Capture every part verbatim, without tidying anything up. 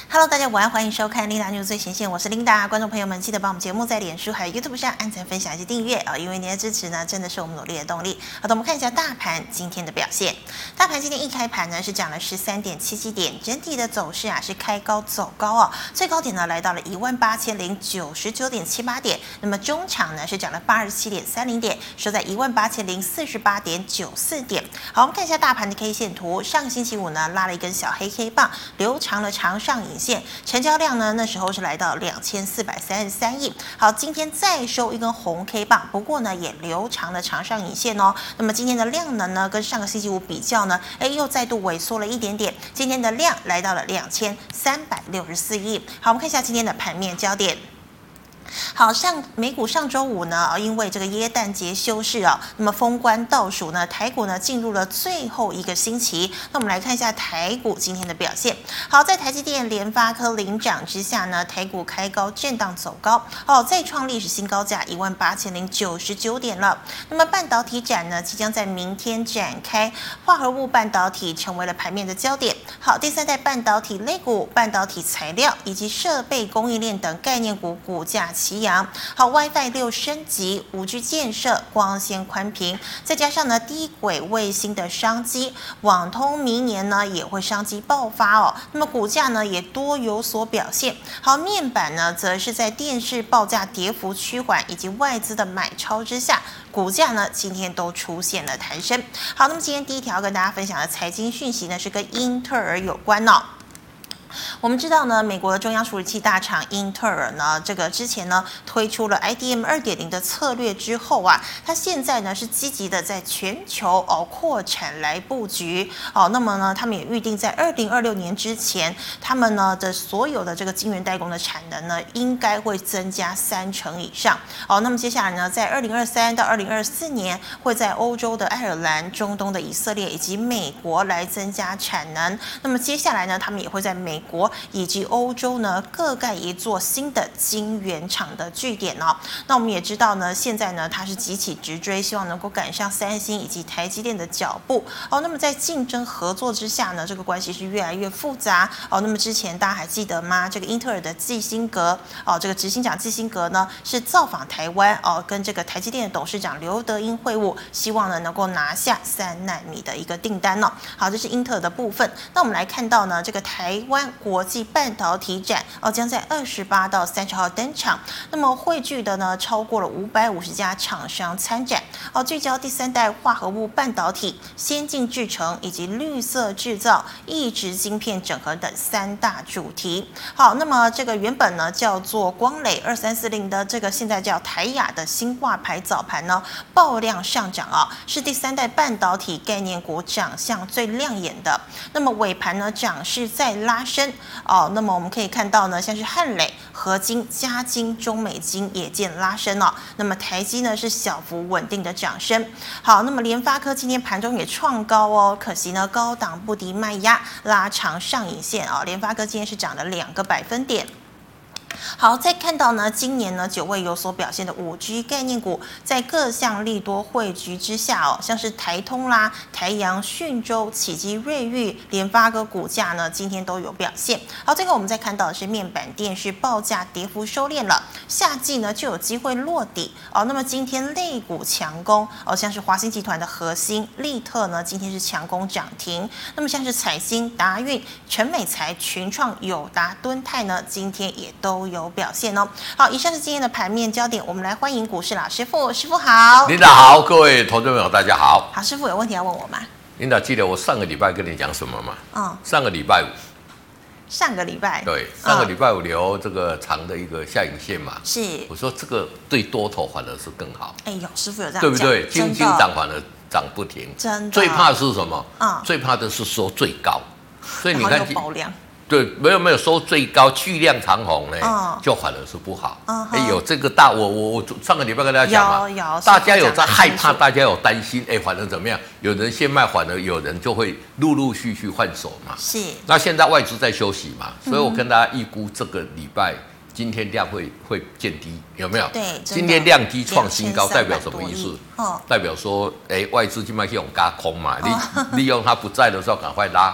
Hello， 大家晚安，欢迎收看 Linda News 最前线，我是 Linda。观众朋友们，记得帮我们节目在脸书还有 YouTube 上按赞、分享以及订阅啊、哦，因为您的支持呢，真的是我们努力的动力。好的，我们看一下大盘今天的表现。大盘今天一开盘呢是涨了十三点七七点，整体的走势啊是开高走高哦，最高点呢来到了一万八千零九十九点七八点，那么中场呢是涨了八十七点三零点，收在一万八千零四十八点九四点。好，我们看一下大盘的 K 线图，上个星期五呢拉了一根小黑 K 棒，留长了长上影线，成交量呢那时候是来到两千四百三十三亿。好，今天再收一根红 K 棒，不过呢也留长了长上影线哦。那么今天的量能呢跟上个星期五比较呢，哎又再度萎缩了一点点，今天的量来到了两千三百六十四亿。好，我们看一下今天的盘面焦点。好，上美股上周五呢，因为这个耶诞节休市啊，那么封关倒数呢，台股呢进入了最后一个星期。那我们来看一下台股今天的表现。好，在台积电、联发科领涨之下呢，台股开高震荡走高，哦，再创历史新高价一万八千零九十九点了。那么半导体展呢，即将在明天展开，化合物半导体成为了盘面的焦点。好，第三代半导体类股、半导体材料以及设备供应链等概念股股价齐扬。好 ，WiFi 六升级、五 G 建设、光纤宽频，再加上呢低轨卫星的商机，网通明年呢也会商机爆发哦。那么股价呢也多有所表现。好，面板呢则是在电视报价跌幅趋缓以及外资的买超之下，股价呢今天都出现了弹升。好，那么今天第一条跟大家分享的财经讯息呢是跟英特尔有关哦。我们知道呢，美国的中央处理器大厂英特尔呢，这个之前呢推出了 I D M 二点零 的策略之后啊，它现在呢是积极的在全球哦扩产来布局哦。那么呢，他们也预定在二零二六年之前，他们呢的所有的这个晶圆代工的产能呢，应该会增加三成以上哦。那么接下来呢，在二零二三到二零二四年，会在欧洲的爱尔兰、中东的以色列以及美国来增加产能。那么接下来呢，他们也会在美国以及欧洲呢各盖一座新的晶圆厂的据点哦。那我们也知道呢，现在呢它是急起直追，希望能够赶上三星以及台积电的脚步哦。那么在竞争合作之下呢，这个关系是越来越复杂哦。那么之前大家还记得吗？这个英特尔的季辛格哦，这个执行长季辛格呢是造访台湾哦，跟这个台积电的董事长刘德英会晤，希望呢能够拿下三奈米的一个订单哦。好，这是英特尔的部分。那我们来看到呢，这个台湾国际半导体展哦，将在二十八到三十号登场。那么汇聚的呢，超过了五百五十家厂商参展哦，聚焦第三代化合物半导体、先进制程以及绿色制造、异质晶片整合等三大主题。好，那么这个原本呢叫做光磊二三四零的这个现在叫台亚的新挂牌早盘呢，爆量上涨啊、哦，是第三代半导体概念股长相最亮眼的。那么尾盘呢，涨势再拉升。哦，那么我们可以看到呢，像是汉磊、合金、嘉金、中美金也见拉升哦。那么台积呢是小幅稳定的涨升。好，那么联发科今天盘中也创高哦，可惜呢高档不敌卖压，拉长上影线哦。联发科今天是涨了两个百分点。好，再看到呢，今年呢久未有所表现的 五 G 概念股，在各项利多汇聚之下哦，像是台通啦、台阳、讯州、启基、瑞昱、联发科股价呢今天都有表现。好，最后我们再看到的是面板电视报价跌幅收敛了，夏季呢就有机会落底哦。那么今天类股强攻哦，像是华兴集团的核心、利特呢今天是强攻涨停。那么像是彩晶、达运、陈美材、群创、友达、敦泰呢今天也都有表现哦。好，以上是今天的盘面焦点，我们来欢迎股市老师傅，师傅好。 领导好，各位投资朋友大家好。 好，师傅有问题要问我吗？ 领导记得我上个礼拜跟你讲什么吗？ 嗯， 上个礼拜五。 上个礼拜。 对，上个礼拜五留这个长的一个下影线嘛。 是。 我说这个对多头反而是更好。 哎呦，师傅有这样讲， 对不对？轻轻涨反而涨不停。 真的。 最怕的是什么？ 嗯， 最怕的是收最高。所以你看。 然后又爆量。 对，没有没有收最高，巨量长红呢， 嗯、 就反而是不好。哎、 嗯， 有这个大，我我我上个礼拜跟大家讲嘛， 有有大家有在害怕，大家有担心，哎，反而怎么样？有人先卖，反而有人就会陆陆续续换手嘛。 是。 那现在外资在休息嘛，所以我跟大家预估这个礼拜今天量会会见低，有没有？ 对， 今天量低创新高，代表什么意思？哦、代表说，哎，外资今麦去用轧空嘛，利、哦、利用它不在的时候赶快拉。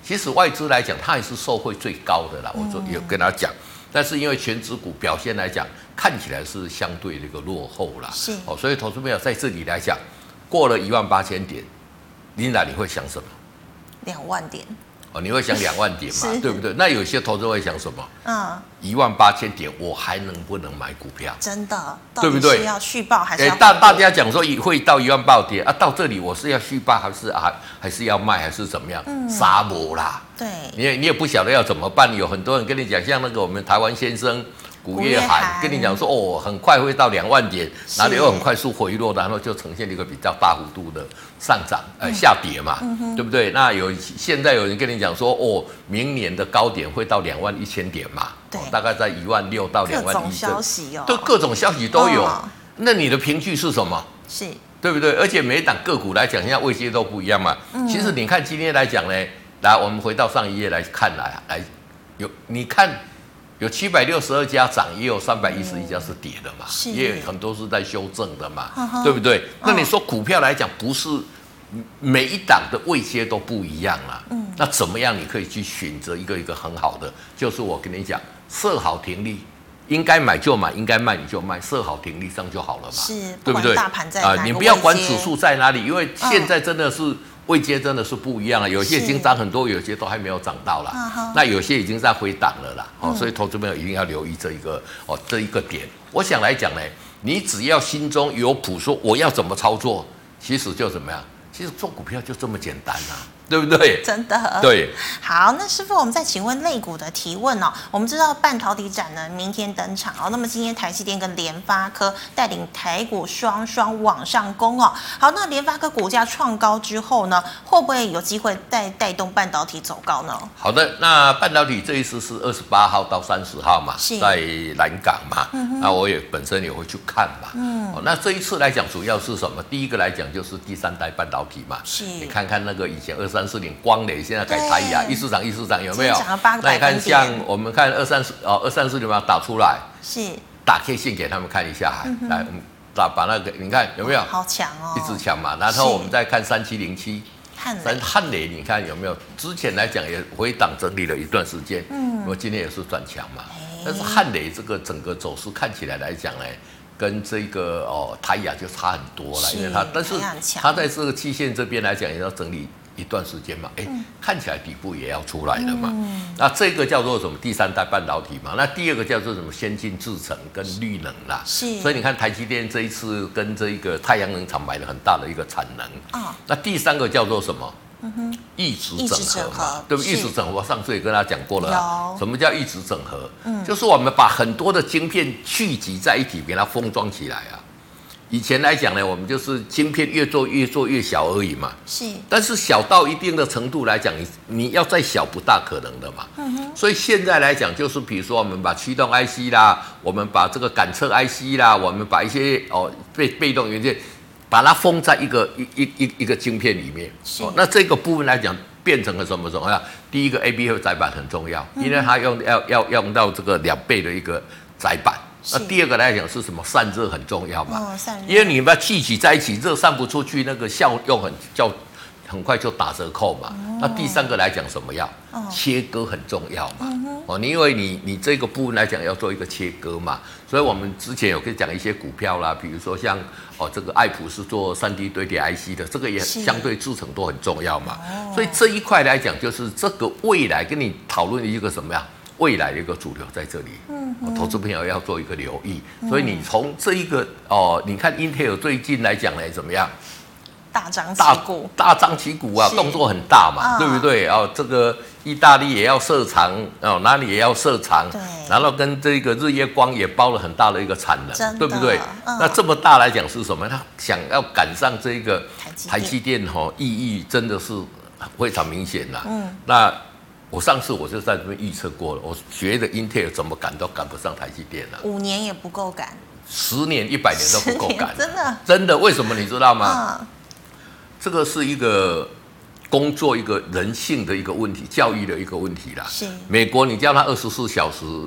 其实外资来讲，它也是受惠最高的啦。我就有跟他讲，但是因为全指股表现来讲，看起来是相对的一个落后啦。 是哦，所以投资朋友在这里来讲，过了一万八千点，琳达你会想什么？ 两万点。 哦，你会想两万点嘛，对不对？那有些投资会想什么？ 嗯， 一万八千点，我还能不能买股票？ 真的， 对不对？ 是要续报还是要？ 大大家讲说会到一万八点啊，到这里我是要续报还是啊还是要卖还是怎么样？嗯，杀魔啦， 对， 你也你也不晓得要怎么办。有很多人跟你讲，像那个我们台湾先生。古月涵跟你讲说，哦，很快会到两万点，哪里又很快速回落，然后就呈现了一个比较大幅度的上涨，呃，下跌嘛，嗯、对不对？那有现在有人跟你讲说，哦，明年的高点会到两万一千点嘛， 对、哦， 大概在一万六到两万一。各种消息哦， 对，各种消息都有。哦、那你的凭据是什么？ 是， 对不对？而且每一档个股来讲，现在位阶都不一样嘛。嗯、其实你看今天来讲呢，来，我们回到上一页来看来，来有你看。有七百六十二家涨，也有三百一十一家是跌的嘛，嗯、也有很多是在修正的嘛，嗯、对不对？那你说股票来讲，不是每一档的位阶都不一样啦。嗯，那怎么样你可以去选择一个一个很好的？就是我跟你讲，设好停利，应该买就买，应该卖你就卖，设好停利上就好了嘛， 是， 对不对？ 大盘在哪个位阶， 你不要管指数在哪里，因为现在真的是。嗯位阶真的是不一样了，有些已经涨很多，有些都还没有涨到啦。Uh-huh. 那有些已经在回档了啦。哦，所以投资朋友一定要留意这一个哦这一个点。我想来讲呢，你只要心中有谱，说我要怎么操作，其实就怎么样，其实做股票就这么简单啊。对不对？ 真的。 对。 好，那师傅，我们再请问类股的提问哦。我们知道半导体展呢明天登场哦，那么今天台积电跟联发科带领台股双双往上攻哦。好，那联发科股价创高之后呢，会不会有机会带带动半导体走高呢？ 好的，那半导体这一次是二十八号到三十号嘛，在南港嘛，嗯、那我也本身也会去看嘛。嗯。哦，那这一次来讲，主要是什么？第一个来讲就是第三代半导体嘛。 是。 你看看那个以前二三四零光磊，现在改台亚，一市场一市场有没有？ 涨了八个百分点。 那你看像我们看二三四哦，二三四零把它打出来， 是打 K 线给他们看一下，嗯、来我们打把那个你看有没有？ 好强哦， 一直强嘛。然后我们再看三七零七。三汉磊，你看有没有？之前来讲也回档整理了一段时间，嗯，我今天也是转强嘛。但是汉磊这个整个走势看起来来讲呢，跟这个哦台亚就差很多了，因为它但是它在这个期线这边来讲也要整理一段时间嘛，哎、嗯，看起来底部也要出来了嘛。嗯、那这个叫做什么？第三代半导体嘛。那第二个叫做什么？先进制程跟绿能啦。 是。 所以你看台积电这一次跟这一个太阳能厂买了很大的一个产能。啊、哦。那第三个叫做什么？嗯哼。异质整合嘛，对不对？异质整合，我上次也跟大家讲过了、啊。什么叫异质整合？嗯，就是我们把很多的晶片聚集在一起，给它封装起来啊。以前来讲呢，我们就是晶片越做越做越小而已嘛。 是。 但是小到一定的程度来讲，你你要再小不大可能的嘛。嗯哼。所以现在来讲，就是比如说我们把驱动 I C 啦，我们把这个感测 I C 啦，我们把一些哦被被动元件，把它封在一个一一一一个晶片里面。是。哦，那这个部分来讲，变成了什么重要？第一个 A B F 载板很重要，因为它用要要用到这个两倍的一个载板。那第二个来讲是什么？散热很重要嘛， 哦、散热， 因为你把气体在一起，热散不出去，那个效用很较很快就打折扣嘛。哦、那第三个来讲什么要？哦、切割很重要嘛。嗯、哦，你因为你你这个部分来讲要做一个切割嘛，所以我们之前有跟讲一些股票啦，比如说像哦这个爱普是做 三 D 堆叠 I C 的，这个也相对制程都很重要嘛。哦、所以这一块来讲，就是这个未来跟你讨论一个什么呀？未来的一个主流在这里，嗯，投资朋友要做一个留意。嗯、所以你从这一个哦，你看 Intel 最近来讲呢，怎么样？ 大张旗鼓， 大张旗鼓啊，动作很大嘛，啊、对不对？哦，这个意大利也要设厂，哦，哪里也要设厂， 对， 然后跟这个日月光也包了很大的一个产能，对不对？ 嗯、 那这么大来讲是什么？他想要赶上这个台积电，哈，意义真的是非常明显啦。嗯，那。我上次我就在这边预测过了，我觉得 Intel 怎么赶都赶不上台积电了， 五年也不够赶， 十年、一百年都不够赶， 真的， 真的，为什么你知道吗？嗯、这个是一个工作一个人性的一个问题，教育的一个问题啦。 是美国，你叫他二十四小时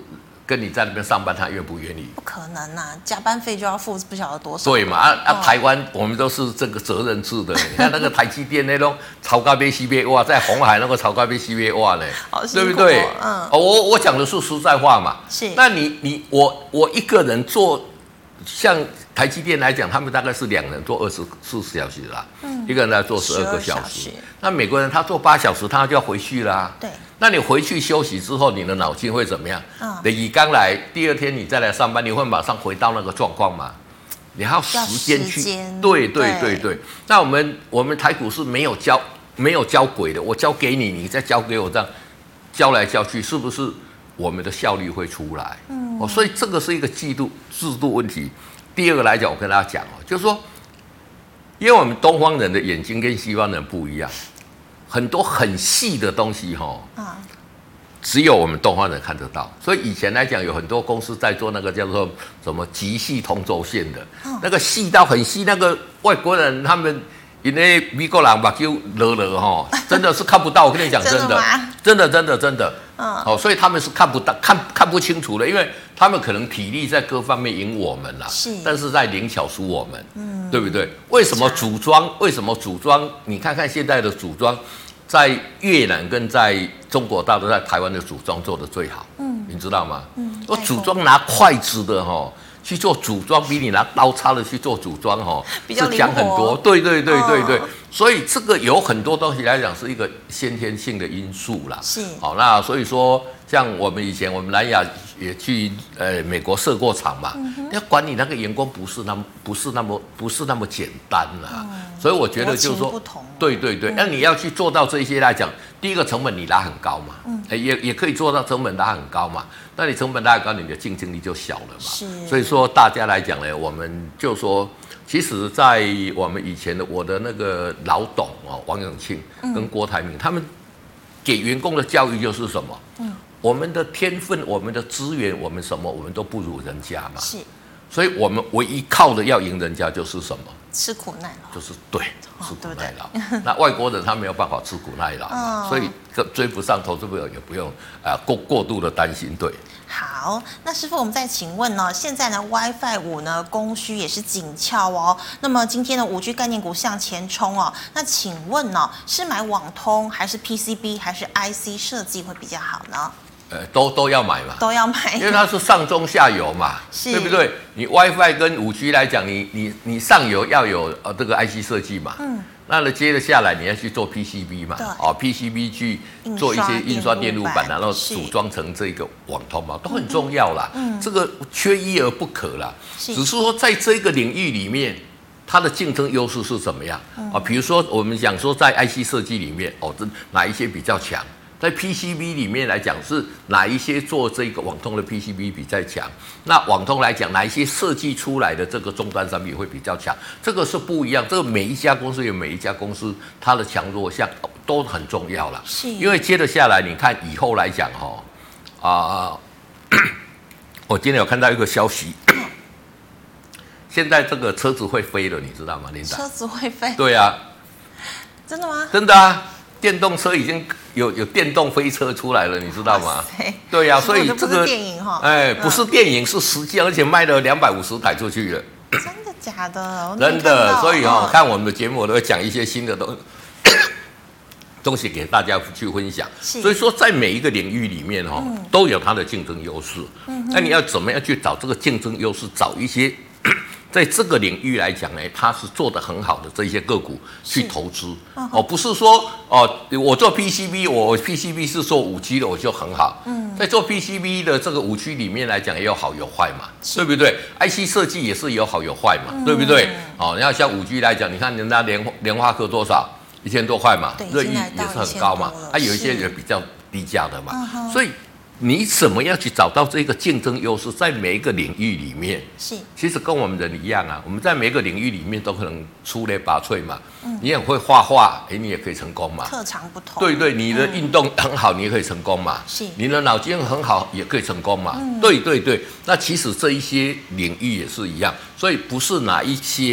跟你在那边上班，他愿不愿意？ 不可能啊，加班费就要付不晓得多少。 对嘛？啊啊，台湾我们都是这个责任制的。你看那个台积电那种炒咖啡西贝哇，在红海那个炒咖啡西贝哇呢， 哦、 对不对？ 嗯， 哦，我我讲的是实在话嘛。 是。 那你你我我一个人做，像台积电来讲，他们大概是两人做二十四小时啦，嗯，一个人来做十二个小时。那美国人他做八小时，他就要回去啦。 对。 那你回去休息之后，你的脑筋会怎么样？嗯，你刚来，第二天你再来上班，你会马上回到那个状况吗？你还要时间去。对对对对。那我们我们台股是没有教没有教鬼的，我教给你，你再教给我，这样教来教去，是不是我们的效率会出来？嗯。哦，所以这个是一个制度制度问题。第二个来讲，我跟大家讲哦，就是说，因为我们东方人的眼睛跟西方人不一样。很多很细的东西哈，啊，只有我们东方人看得到。所以以前来讲，有很多公司在做那个叫做什么极细同轴线的，哦、那个细到很细，那个外国人他们因为美国人把就勒勒哈，真的是看不到。我跟你讲，真的，真的，真的，真的，嗯，哦，所以他们是看不到、看看不清楚的，因为他们可能体力在各方面赢我们啦，是，但是在灵巧输我们，嗯，对不对？为什么组装？为什么组装？你看看现在的组装。在越南跟在中国大陆、在台湾的组装做得最好，嗯，你知道吗？嗯，我组装拿筷子的哈去做组装，比你拿刀叉的去做组装哈是强很多。对对对对对，哦、所以这个有很多东西来讲是一个先天性的因素啦。是，好，那所以说，像我们以前我们南亚也去呃美国设过厂嘛，嗯、要管理那个员工不是那么不是那么不是那么简单啦。嗯所以我觉得就是说，对对对，那、嗯、你要去做到这些来讲，第一个成本你拉很高嘛，嗯，也也可以做到成本拉很高嘛。那你成本拉很高，你的竞争力就小了嘛。是。所以说大家来讲呢，我们就说，其实，在我们以前的我的那个老董哦，王永庆跟郭台铭，嗯、他们给员工的教育就是什么？嗯，我们的天分、我们的资源、我们什么，我们都不如人家嘛。是。所以我们唯一靠的要赢人家就是什么？ 吃苦耐劳， 就是对，吃苦耐劳。哦、那外国人他没有办法吃苦耐劳，哦、所以追不上投资朋友也不用啊、呃、过过度的担心。对， 好，那师傅，我们再请问呢？现在呢 ，WiFi 五呢供需也是紧俏哦。那么今天的五 G 概念股向前冲哦。那请问呢，是买网通还是 P C B 还是 I C 设计会比较好呢？ 呃，都都要买嘛， 都要买， 因为它是上中下游嘛，对不对？你 WiFi 跟五 G 来讲，你你你上游要有呃这个 I C 设计嘛，嗯，那呢接着下来你要去做 P C B 嘛，哦 P C B 去做一些印刷电路板，然后组装成这个网通嘛，都很重要啦，嗯，这个缺一而不可啦，只是说在这个领域里面，它的竞争优势是怎么样啊？比如说我们讲说在 I C 设计里面，哦，这哪一些比较强？在 P C B 里面来讲，是哪一些做这个网通的 P C B 比较强？那网通来讲，哪一些设计出来的这个终端产品会比较强？这个是不一样。这个每一家公司有每一家公司它的强弱项都很重要啦。是。因为接着下来，你看以后来讲哈啊，我今天有看到一个消息，现在这个车子会飞了，你知道吗，琳达？ 车子会飞？ 对啊。 真的吗？ 真的啊。电动车已经有有电动飞车出来了，你知道吗？对呀、啊，所以这个电影哈， 哎，不是电影，是实际，而且卖了两百五十台出去了。 真的假的？ 真的，所以哈、哦，看我们的节目，我都会讲一些新的东东西给大家去分享。所以说，在每一个领域里面哦，嗯、都有它的竞争优势。嗯，那你要怎么样去找这个竞争优势？找一些。在这个领域来讲呢，它是做得很好的这些个股去投资哦，不是说哦，我做 P C B， 我 P C B 是做五 G 的，我就很好。嗯，在做 P C B 的这个五 G 里面来讲，也有好有坏嘛，对不对 ？I C 设计也是有好有坏嘛，嗯、对不对？哦，你要像五 G 来讲，你看人家联联发科多少一千多块嘛，瑞昱也是很高嘛，啊，有一些也比较低价的嘛，嗯、所以。你怎么样去找到这个竞争优势？在每一个领域里面，是其实跟我们人一样啊，我们在每一个领域里面都可能出类拔萃嘛。嗯，你很会画画，哎，你也可以成功嘛。 特长不同。 对对，你的运动很好，你也可以成功嘛。是，你的脑筋很好，也可以成功嘛。嗯，对对对，那其实这一些领域也是一样，所以不是哪一些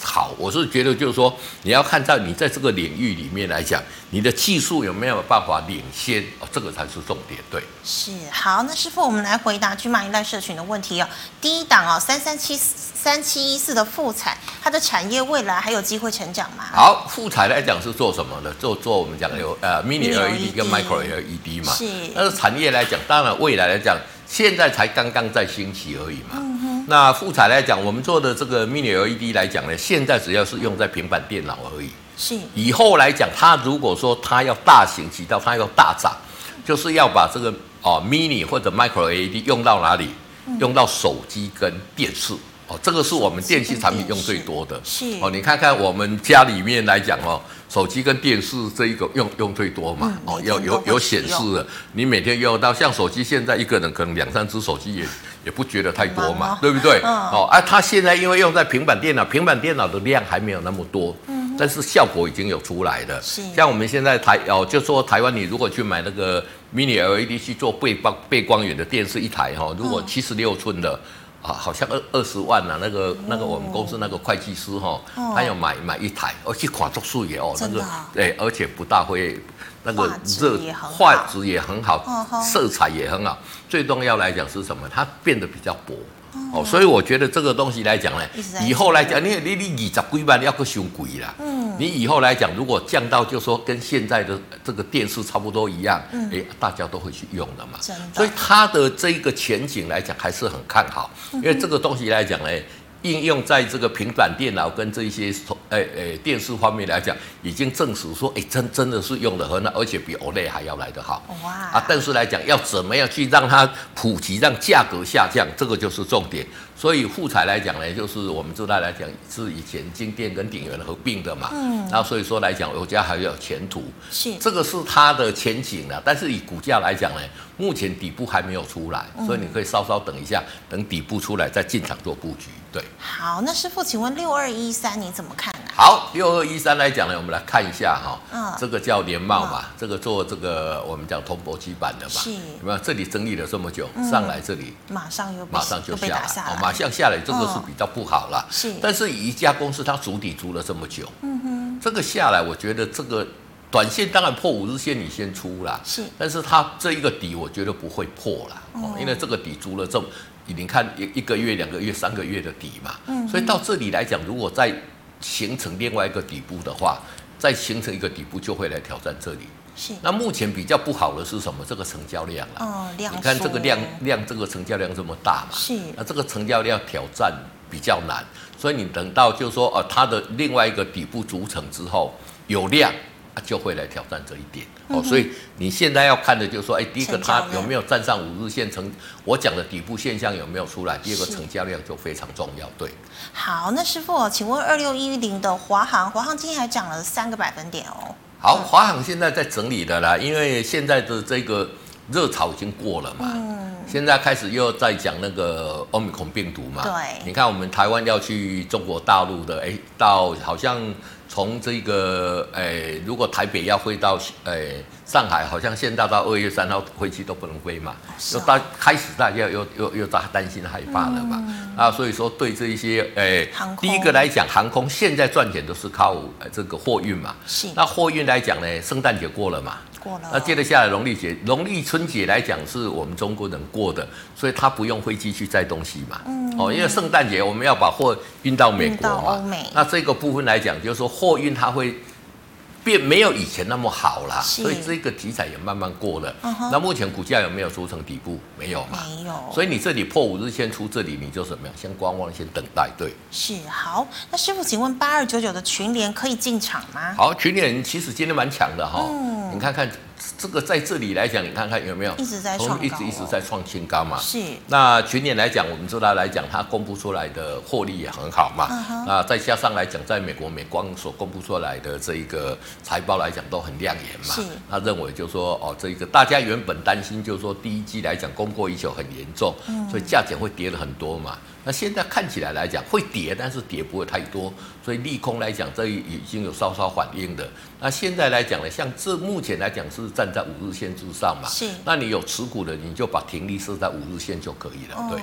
好，我是觉得就是说，你要看在你在这个领域里面来讲，你的技术有没有办法领先，哦，这个才是重点。对， 是好，那师傅，我们来回答居马一代社群的问题哦。第一档哦，三三七三七一四的富彩，它的产业未来还有机会成长吗？ 好，富彩来讲是做什么的？做做我们讲有呃 mini L E D 跟 micro L E D 嘛。 是。 但是产业来讲，当然未来来讲，现在才刚刚在兴起而已嘛。嗯哼。那富彩来讲，我们做的这个 mini L E D 来讲呢，现在只要是用在平板电脑而已。 是。以后来讲，它如果说它要大行其道，它要大涨，就是要把这个哦 mini 或者 micro L E D 用到哪里？嗯、用到手机跟电视。哦，这个是我们电器产品用最多的。 是哦，你看看我们家里面来讲哦，手机跟电视这一个用用最多嘛。嗯、哦，有有有显示的，你每天用到，像手机现在一个人可能两三只手机也也不觉得太多嘛，对不对？嗯、哦，啊，它现在因为用在平板电脑，平板电脑的量还没有那么多。嗯。但是效果已经有出来了。是。像我们现在台哦，就说台湾，你如果去买那个 mini L E D 去做背光背光源的电视一台哈、哦，如果七十六寸的。啊，好像二二十万呐、啊，那个那个我们公司那个会计师哈、哦，他要买买一台，而且款足数也哦，那个对，而且不大会那个热画质也很好，色彩也很好，最重要来讲是什么？它变得比较薄。哦，所以我觉得这个东西来讲呢，以后来讲，你你你二十几万要个伤贵啦。嗯，你以后来讲，如果降到就说跟现在的这个电视差不多一样，嗯，哎，大家都会去用的嘛。真的。所以它的这个前景来讲还是很看好，因为这个东西来讲呢。应用在这个平板电脑跟这些诶诶电视方面来讲，已经证实说，哎，真真的是用得很好，而且比 O L E D 还要来得好。哇！啊，但是来讲，要怎么样去让它普及，让价格下降，这个就是重点。所以富彩来讲呢，就是我们知道来讲是以前金电跟鼎元合并的嘛，嗯，然后所以说来讲，我家还有前途，是这个是它的前景了。但是以股价来讲呢，目前底部还没有出来，所以你可以稍稍等一下，等底部出来再进场做布局。对， 好，那师傅，请问六二一三你怎么看呢、啊？ 好，六二一三来讲呢，我们来看一下哈、哦，嗯，这个叫联茂嘛，嗯、这个做这个我们讲铜箔基板的嘛，是，有没有？这里整理了这么久，嗯、上来这里， 马上又马上就下来， 下来哦，马上下来，这个是比较不好了。 是、嗯， 但是以一家公司它筑底筑了这么久，嗯哼，这个下来，我觉得这个短线当然破五日线你先出啦，是，但是它这一个底我觉得不会破啦，哦，因为这个底筑了这么。你看一一个月、两个月、三个月的底嘛，嗯，所以到这里来讲，如果再形成另外一个底部的话，再形成一个底部就会来挑战这里。是。那目前比较不好的是什么？这个成交量啦，哦，量。你看这个量量，这个成交量这么大嘛，是。那这个成交量挑战比较难，所以你等到就是说，呃，它的另外一个底部组成之后有量。就会来挑战这一点、嗯、哦，所以你现在要看的就是说，哎，第一个它有没有站上五日线成，我讲的底部现象有没有出来？第二个成交量就非常重要。对， 好，那师傅，请问二六一零的华航，华航今天还涨了三个百分点哦。 好，华航现在在整理的啦，因为现在的这个热潮已经过了嘛，嗯，现在开始又在讲那个欧米孔病毒嘛。对，你看我们台湾要去中国大陆的，哎，到好像。从这个诶，如果台北要飞到诶上海，好像现在到二月三号飞机都不能飞嘛，就大开始大家又又又在担心害怕了嘛，嗯、啊，所以说对这一些诶，第一个来讲，航空现在赚钱都是靠这个货运嘛，是，那货运来讲呢，圣诞节过了嘛。过了，那接着下来农历节、农历春节来讲是我们中国人过的，所以他不用飞机去载东西嘛。嗯，哦，因为圣诞节我们要把货运到美国嘛，那这个部分来讲，就是说货运它会变没有以前那么好啦，所以这个题材也慢慢过了。嗯、那目前股价有没有出成底部？没有嘛？没有。所以你这里破五日线出这里，你就怎么样？先观望，先等待。对。是好，那师傅，请问八二九九的群联可以进场吗？好，群联其实今天蛮强的哈、哦。嗯。你看看这个在这里来讲，你看看有没有一直在创高、哦，一直一直在创新高嘛。是。那群联来讲，我们知道来讲，它公布出来的获利也很好嘛。嗯、那再加上来讲，在美国美光所公布出来的这一个财报来讲都很亮眼嘛。是。他认为就是说，哦，这个大家原本担心就是说第一季来讲供过于求很严重，嗯、所以价钱会跌了很多嘛。那现在看起来来讲会跌，但是跌不会太多，所以利空来讲，这已经有稍稍反应的。那现在来讲呢，像这目前来讲是站在五日线之上嘛，是。那你有持股的，你就把停利设在五日线就可以了，对。哦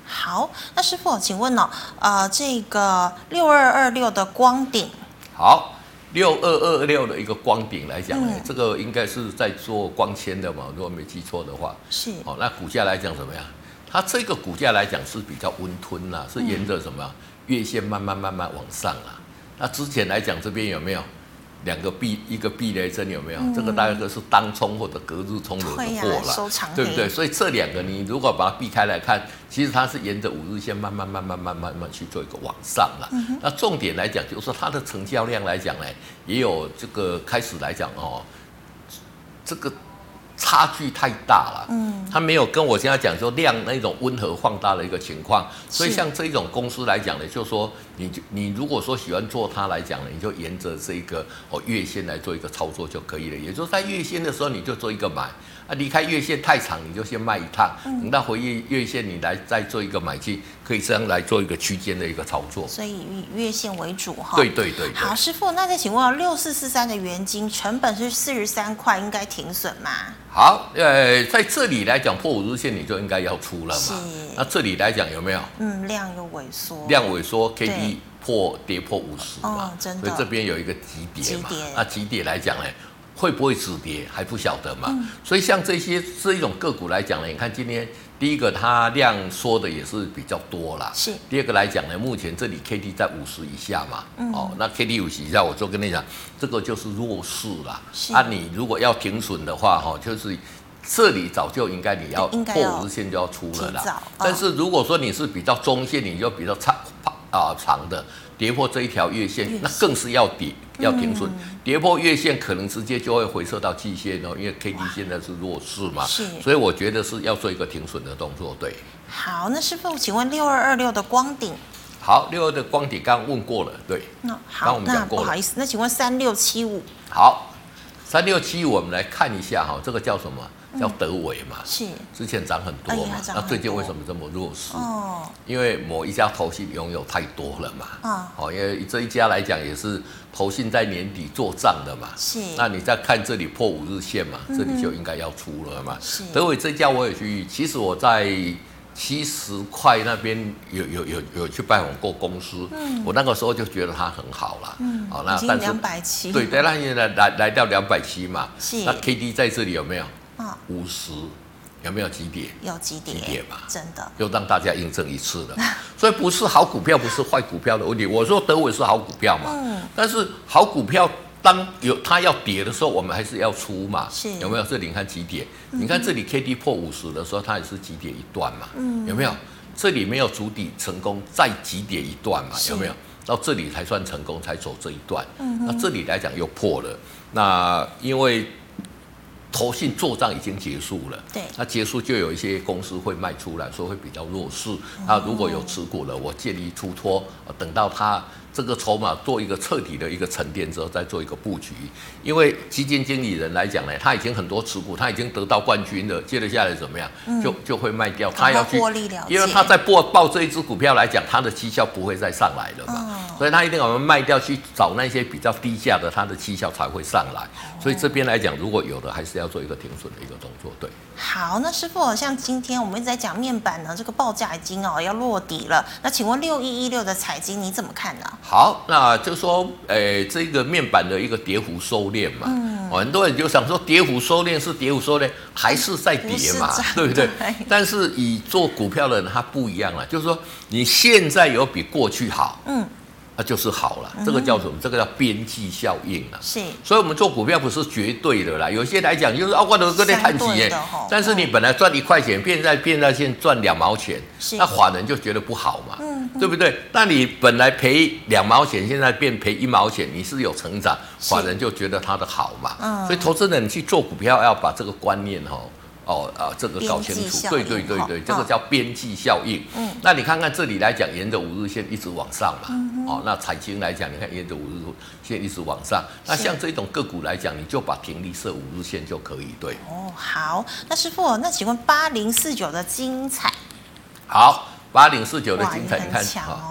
好，那师傅，请问哦，呃，这个六二二六的光鼎， 好。六二二六的一个光鼎来讲呢， 嗯、 这个应该是在做光纤的嘛，如果没记错的话。 是。 哦，那股价来讲怎么样？它这个股价来讲是比较温吞啦，是沿着什么、嗯、月线慢慢慢慢往上啦。那之前来讲这边有没有两个避一个避雷针有没有？嗯、这个大概是当冲或者隔日冲的货了，对不对？所以这两个你如果把它避开来看，其实它是沿着五日线慢慢慢慢慢慢慢去做一个往上了。嗯、那重点来讲，就是说它的成交量来讲呢，也有这个开始来讲哦，这个差距太大了。嗯，它没有跟我现在讲说量那种温和放大的一个情况，所以像这种公司来讲呢，就是说你你如果说喜欢做它来讲呢，你就沿着这个哦月线来做一个操作就可以了。也就是在月线的时候你就做一个买。啊，离开月线太长，你就先卖一趟，嗯、等到回月月线你来再做一个买进，可以这样来做一个区间的一个操作。 所以以月线为主哈。 对对 对, 对。 好，师傅，那再请问六四四三的元金成本是四十三块，应该停损吗？ 好，呃，在这里来讲破五日线你就应该要出了嘛。是。那这里来讲有没有？ 嗯，量有萎缩。 量萎缩 ，K D 破跌破五十嘛、 哦，真的。 所以这边有一个急跌嘛。 急跌。 那急跌来讲呢？会不会止跌还不晓得嘛、嗯，所以像这些这一种个股来讲呢，你看今天第一个它量缩的也是比较多啦， 是。 第二个来讲呢，目前这里 K D 在五十以下嘛，嗯、哦，那 K D 五十以下，我就跟你讲，这个就是弱势啦。啊，你如果要停损的话，哈，就是这里早就应该你要破五日线就要出了啦。哦、但是如果说你是比较中线，你就比较长啊长的。跌破这一条月线，那更是要跌，要停损。嗯、跌破月线，可能直接就会回撤到季线哦，因为 K D 现在是弱势嘛，是，所以我觉得是要做一个停损的动作。对。 好，那师傅，请问六二二六的光鼎？ 好，六二的光鼎刚刚问过了，对。 那好，我们讲过了。不好意思，那请问三六七五？ 好，三六七五，我们来看一下哈，这个叫什么？叫德微嘛， 是之前涨很多嘛， 哎、 那最近为什么这么弱势？哦，因为某一家投信拥有太多了嘛，啊、哦，因为这一家来讲也是投信在年底做账的嘛， 是。 那你再看这里破五日线嘛，嗯、这里就应该要出了嘛。是。德微这家我也去，其实我在七十块那边有有有有去拜访过公司，嗯、我那个时候就觉得它很好了，嗯， 好、哦、那但是两百七， 对，对，那现在来来到两百七嘛，是。那 K D 在这里有没有？五十有没有急跌？ 有急跌， 急跌嘛， 真的又让大家印证一次了。所以不是好股票，不是坏股票的问题。我说德微是好股票嘛，嗯，但是好股票当有它要跌的时候，我们还是要出嘛，是有没有？这里你看急跌，嗯、你看这里 K D 破五十的时候，它也是急跌一段嘛，嗯，有没有？这里没有筑底成功，再急跌一段嘛，有没有？到这里才算成功，才走这一段。嗯，那这里来讲又破了，那因为。投信做账已经结束了，对，那结束就有一些公司会卖出来，所以会比较弱势。那、哦、如果有持股了，我建议出脱，等到它这个筹码做一个彻底的一个沉淀之后，再做一个布局。因为基金经理人来讲呢，他已经很多持股，他已经得到冠军了，接着下来怎么样，嗯、就就会卖掉。他要去，因为他在报报这一只股票来讲，他的绩效不会再上来了嘛，哦、所以他一定要卖掉去找那些比较低价的，他的绩效才会上来。哦、所以这边来讲，如果有的，还是要做一个停损的一个动作。对。 好，那师傅，像今天我们一直在讲面板呢，这个报价已经哦要落底了。那请问六一一六的彩晶你怎么看呢？ 好，那就说，诶，这个面板的一个跌幅收敛嘛，嗯，很多人就想说，跌幅收敛是跌幅收敛，还是在跌嘛，对不对？但是以做股票的人他不一样了，就是说你现在有比过去好，嗯。那就是好了，这个叫什么？嗯、这个叫边际效应了。是，所以我们做股票不是绝对的啦。有些来讲就是啊，我都跟你看齐耶，但是你本来赚一块钱，变在变在现赚两毛钱，那法人就觉得不好嘛，嗯嗯、对不对？那你本来赔两毛钱，现在变赔一毛钱，你是有成长，法人就觉得它的好嘛。嗯、所以投资人去做股票要把这个观念哈。哦啊，这个搞清楚，对对对对，这个叫边际效应。嗯，那你看看这里来讲，沿着五日线一直往上嘛。嗯、哦，那彩晶来讲，你看沿着五日线一直往上。那像这种个股来讲，你就把停利设五日线就可以。对。 哦，好，那师傅，那请问八零四九的精彩？ 好，八零四九的精彩，你看哦，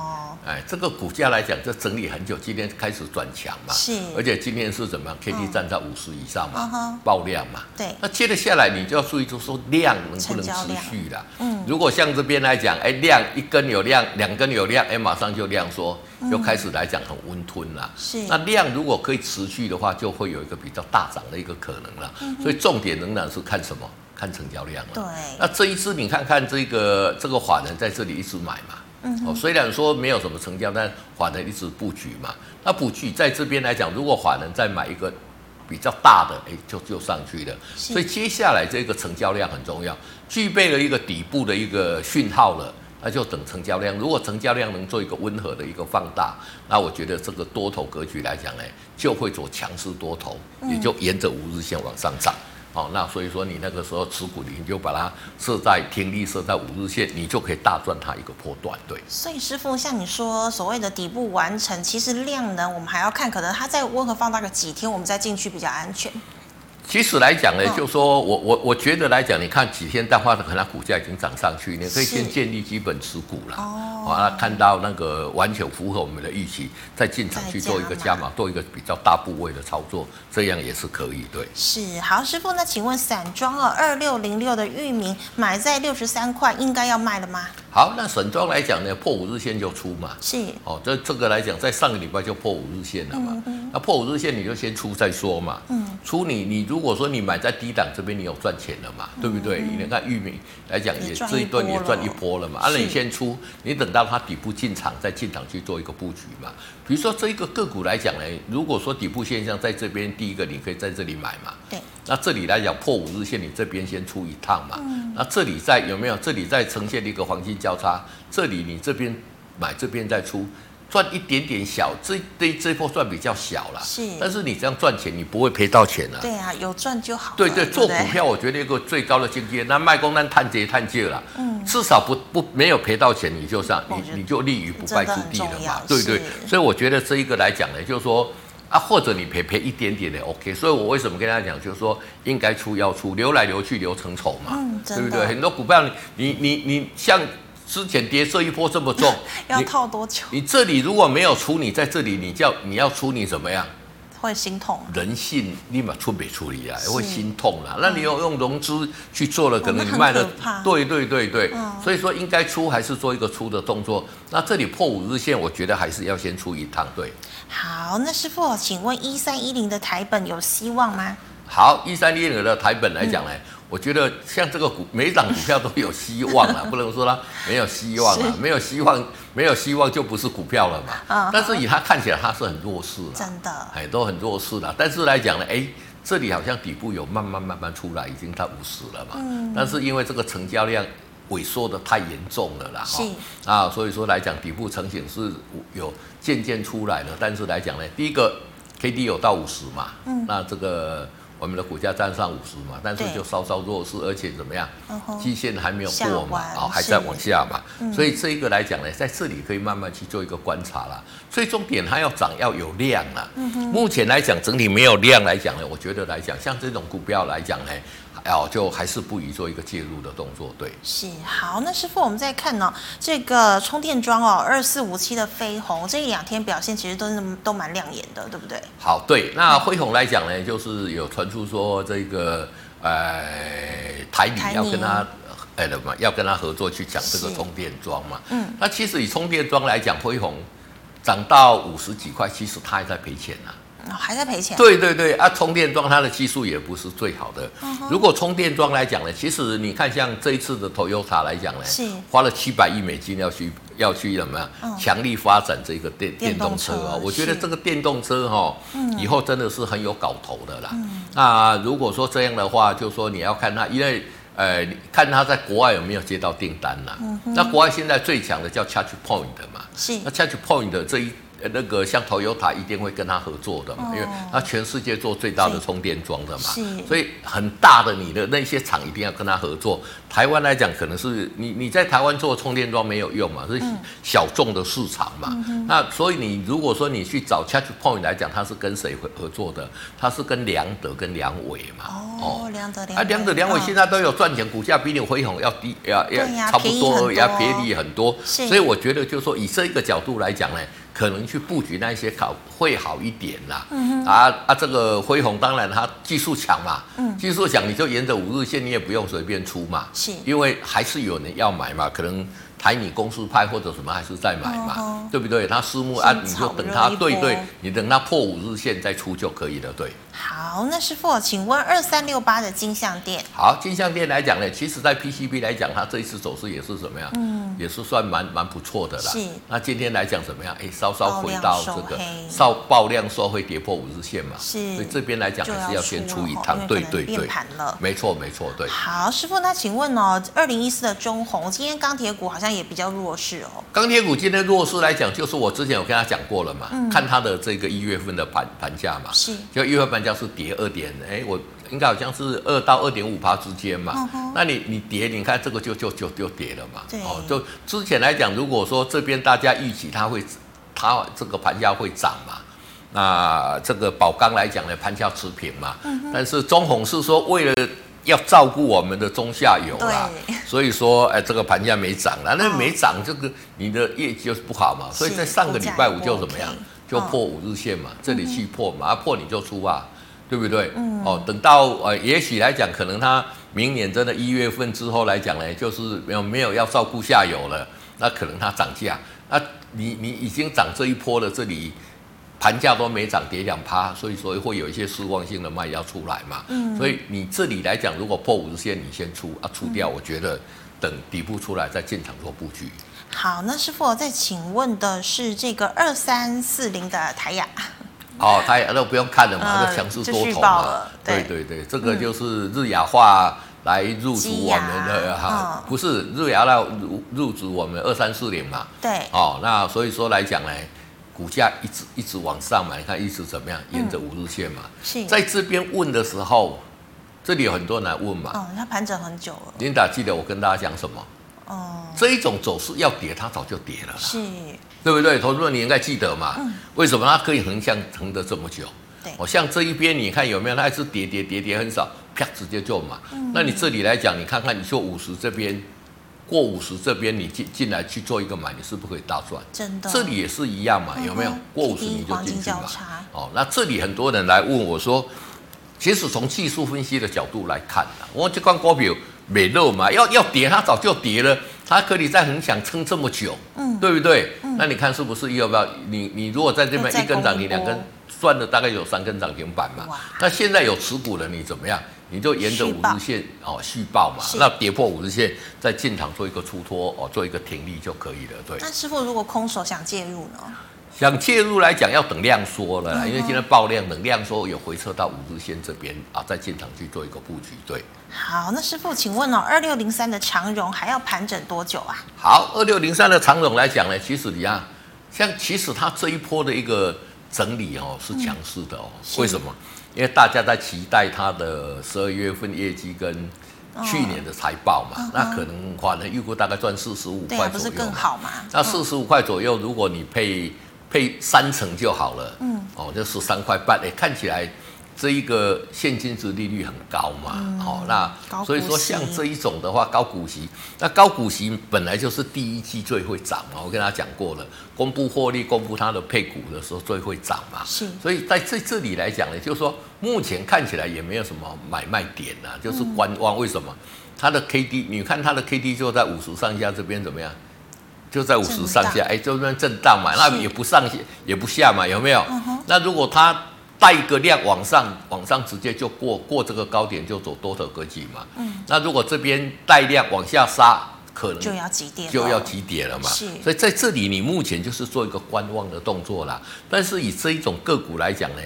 哎，这个股价来讲，这整理很久，今天开始转强嘛， 是， 而且今天是怎么样 ？K D 站在五十以上嘛， 嗯、 爆量嘛， 对。 那接着下来，你就要注意，就是说量能不能持续啦。嗯，如果像这边来讲，哎，量一根有量，两根有量，哎，马上就量缩，就开始来讲很温吞啦。 是。 那量如果可以持续的话，就会有一个比较大涨的一个可能了。嗯、所以重点仍然是看什么？看成交量了。 对。 那这一次你看看这个这个法人在这里一直买嘛。嗯、哦，虽然说没有什么成交，但法人一直布局嘛。那布局在这边来讲，如果法人再买一个比较大的，哎，就就上去了。所以接下来这个成交量很重要，具备了一个底部的一个讯号了，那就等成交量。如果成交量能做一个温和的一个放大，那我觉得这个多头格局来讲呢，就会走强势多头，也就沿着五日线往上涨。哦，那所以说你那个时候持股，你就把它设在停利，设在五日线，你就可以大赚它一个波段，对。 所以师傅，像你说所谓的底部完成，其实量呢，我们还要看，可能它再温和放大个几天，我们再进去比较安全。 其实来讲呢，就说我我我觉得来讲，你看几天淡化的，可能它股价已经涨上去，你可以先建立基本持股了。哦，啊，看到那个完全符合我们的预期，再进场去做一个加码，做一个比较大部位的操作，这样也是可以。对， 是好，师傅，那请问散装哦，二六零六的裕民买在六十三块，应该要卖了吗？ 好，那散装来讲呢，破五日线就出嘛。 是。 哦，这这个来讲，在上个礼拜就破五日线了嘛。嗯、那破五日线你就先出再说嘛。嗯。出你你如果说你买在低档这边，你有赚钱了嘛？对不对？嗯、你看裕民来讲也这一段也赚一波了嘛。啊，那你先出，你等到它底部进场再进场去做一个布局嘛。比如说这一个个股来讲呢，如果说底部现象在这边，第一个你可以在这里买嘛。 对。 那这里来讲破五日线，你这边先出一趟嘛。嗯、那这里在有没有？这里在呈现一个黄金交叉，这里你这边买，这边再出，赚一点点小，这这这波赚比较小啦。 是。 但是你这样赚钱，你不会赔到钱啊。 对啊，有赚就好。 对对，做股票我觉得一个最高的境界，那卖空单探跌探借啦，嗯，至少不不没有赔到钱，你就上你你就立于不败之地了嘛。对对，所以我觉得这一个来讲呢，就是说。啊，或者你赔赔一点点的 OK， 所以我为什么跟大家讲，就是说应该出要出，流来流去流成丑嘛，嗯、对不对？很多股票你你你像之前跌这一波这么重， 要套多久？ 你这里如果没有出，你在这里你叫你要出你怎么样？ 会心痛， 人性立马出没处理啊，会心痛啦。那你要用融资去做了，可能你卖了，对对对对，嗯、所以说应该出还是做一个出的动作。那这里破五日线，我觉得还是要先出一趟，对。 好，那师傅，请问一三一零的台本有希望吗？ 好，一三一零的台本来讲呢，嗯、我觉得像这个股每一档股票都有希望啦，不能说它没有希望啦，没有希望，没有希望就不是股票了嘛。嗯、但是以它看起来它是很弱势啦， 真的， 哎，都很弱势啦。但是来讲呢，哎，这里好像底部有慢慢慢慢出来，已经到五十了嘛。嗯、但是因为这个成交量萎缩的太严重了啦， 是啊，所以说来讲底部成型是有渐渐出来了，但是来讲呢，第一个 K D 有到五十嘛，嗯、那这个。我们的股价站上五十嘛，但是就稍稍弱势，而且怎么样？基线还没有过嘛，啊、哦，还在往下嘛，嗯、所以这一个来讲呢，在这里可以慢慢去做一个观察啦。最重点它要涨要有量啦。嗯、目前来讲，整体没有量来讲呢，我觉得来讲，像这种股票来讲呢，哦，就还是不宜做一个介入的动作。对， 是好。那师傅，我们再看呢、哦，这个充电桩哦，二四五七的飞鸿这一两天表现其实都是都蛮亮眼的，对不对？ 好，对。那飞鸿来讲呢，就是有传出说这个呃台泥要跟他哎什么要跟他合作去抢这个充电桩嘛。嗯。那其实以充电桩来讲，飞鸿涨到五十几块，其实它还在赔钱啊。 哦、还在赔钱？ 对对对啊，充电桩它的技术也不是最好的。Uh huh. 如果充电桩来讲呢，其实你看像这一次的 Toyota 来讲呢，是花了七百亿美金要去要去怎么样、嗯、强力发展这个电电动车啊、哦。我觉得这个电动车哈、哦，嗯、以后真的是很有搞头的啦。嗯、那如果说这样的话，就说你要看它，因为呃，看它在国外有没有接到订单啦。嗯、那国外现在最强的叫 Charge Point 嘛，是那 Charge Point 这一。 那个像 Toyota 一定会跟他合作的嘛，哦、因为他全世界做最大的充电桩的嘛，所以很大的你的那些厂一定要跟他合作。台湾来讲，可能是你你在台湾做充电桩没有用嘛，是小众的市场嘛。嗯、那所以你如果说你去找 ChargePoint 来讲，它是跟谁合作的？它是跟良德跟良伟嘛。 哦，良德良啊，良德良伟现在都有赚钱，股价比你辉宏要低，要要差不多，要便宜很多。所以我觉得，就是说以这个角度来讲呢，可能去布局那些考会好一点啦。嗯、啊啊，这个辉宏当然它技术强嘛，嗯、技术强你就沿着五日线，你也不用随便出嘛，是因为还是有人要买嘛，可能台泥公司派或者什么还是在买嘛，哦、对不对？它私募啊，你就等它，对对，你等它破五日线再出就可以了，对。 好，那师傅，请问二三六八的金像电， 好，金像电来讲呢，其实在 P C B 来讲，它这一次走势也是怎么样？嗯，也是算蛮蛮不错的啦。是。那今天来讲怎么样？哎，稍稍回到这个稍爆量收会跌破五日线嘛。是。所以这边来讲还是要先出一趟，对对对。 盘了。 没错没错，对。 好，师傅，那请问哦，二零一四的中鸿，今天钢铁股好像也比较弱势哦。 钢铁股今天弱势来讲，就是我之前有跟他讲过了嘛，嗯、看它的这个一月份的盘盘价嘛，是。就一月份盘价是跌二点。哎，我应该好像是二到二点五趴之间嘛。Uh-huh. 那你你跌，你看这个就就就就跌了嘛。对。哦，就之前来讲，如果说这边大家预期它会，它这个盘价会涨嘛，那这个宝钢来讲呢，盘价持平嘛。Uh-huh. 但是中鸿是说为了要照顾我们的中下游啦，所以说哎，这个盘价没涨啦。那没涨，这个你的业绩就是不好嘛。所以在上个礼拜五就怎么样，就破五日线嘛，这里去破嘛，啊破你就出啊。对不对？嗯，哦，等到呃，也许来讲，可能他明年真的一月份之后来讲呢，就是没有没有要照顾下游了，那可能它涨价，那你你已经涨这一波了，这里盘价都没涨，跌两趴，所以说会有一些失望性的卖要出来嘛。嗯，所以你这里来讲，如果破五日线，你先出啊，出掉，我觉得等底部出来再进场做布局。 好，那师傅，再请问的是这个二三四零的台亚。 哦，它也都不用看了嘛，这强势多头嘛，对对对，这个就是日亚化来入主我们的哈，不是日亚来入入主我们二三四零嘛，对，哦，那所以说来讲呢，股价一直一直往上嘛，你看一直怎么样，沿着五日线嘛，是在这边问的时候，这里有很多人来问嘛， 哦，它盘整很久了， 琳达记得我跟大家讲什么？哦，这一种走势要跌，它早就跌了啦，是。对不对？投资人你应该记得嘛？嗯、为什么它可以横向横得这么久？对，哦，像这一边你看有没有？它还是跌跌跌跌很少，啪直接就买。嗯、那你这里来讲，你看看，你说五十这边过五十这边，你进进来去做一个买，你是不是可以大赚？真的，这里也是一样嘛，有没有？嗯、过五十你就进去买。哦，那这里很多人来问我说，其实从技术分析的角度来看啊，我这款股票没肉嘛，要要跌它早就跌了。它可以在很想撑这么久，嗯，对不对？嗯、那你看是不是要不要？你你如果在这边一根涨停，两根算了，大概有三根涨停板嘛。那现在有持股的你怎么样？你就沿着五日线哦续报嘛。那跌破五日线再进场做一个出脱哦，做一个停利就可以了。对。 那师傅如果空手想介入呢？ 想介入来讲，要等量缩了啦，嗯、因为今天爆量，等量缩有回撤到五日线这边啊，再进场去做一个布局。对。 好，那师傅，请问哦，二六零三的长荣还要盘整多久啊？ 好，二六零三的长荣来讲呢，其实你看，像其实它这一波的一个整理哦，是强势的哦。嗯、为什么？因为大家在期待它的十二月份业绩跟去年的财报嘛，哦、那可能可能预估大概赚四十五块左右，对啊， 不是更好吗？ 那四十五块左右，如果你配配三成就好了，嗯，哦，就十三块半，哎，看起来。这一个现金殖利率很高嘛，嗯、哦，那所以说像这一种的话，高股息，那高股息本来就是第一季最会涨嘛，我跟他讲过了，公布获利、公布它的配股的时候最会涨嘛，是，所以在这这里来讲呢，就是说目前看起来也没有什么买卖点啊，就是观望。嗯、为什么？它的 K D， 你看它的 K D 就在五十上下这边怎么样？就在五十上下，哎，就那震荡嘛，那也不上也不下嘛，有没有？嗯、那如果它带一个量往上，往上直接就过过这个高点就走多头格局嘛。嗯，那如果这边带量往下杀，可能就要急跌， 就要急跌了嘛。是，所以在这里你目前就是做一个观望的动作啦。但是以这一种个股来讲呢，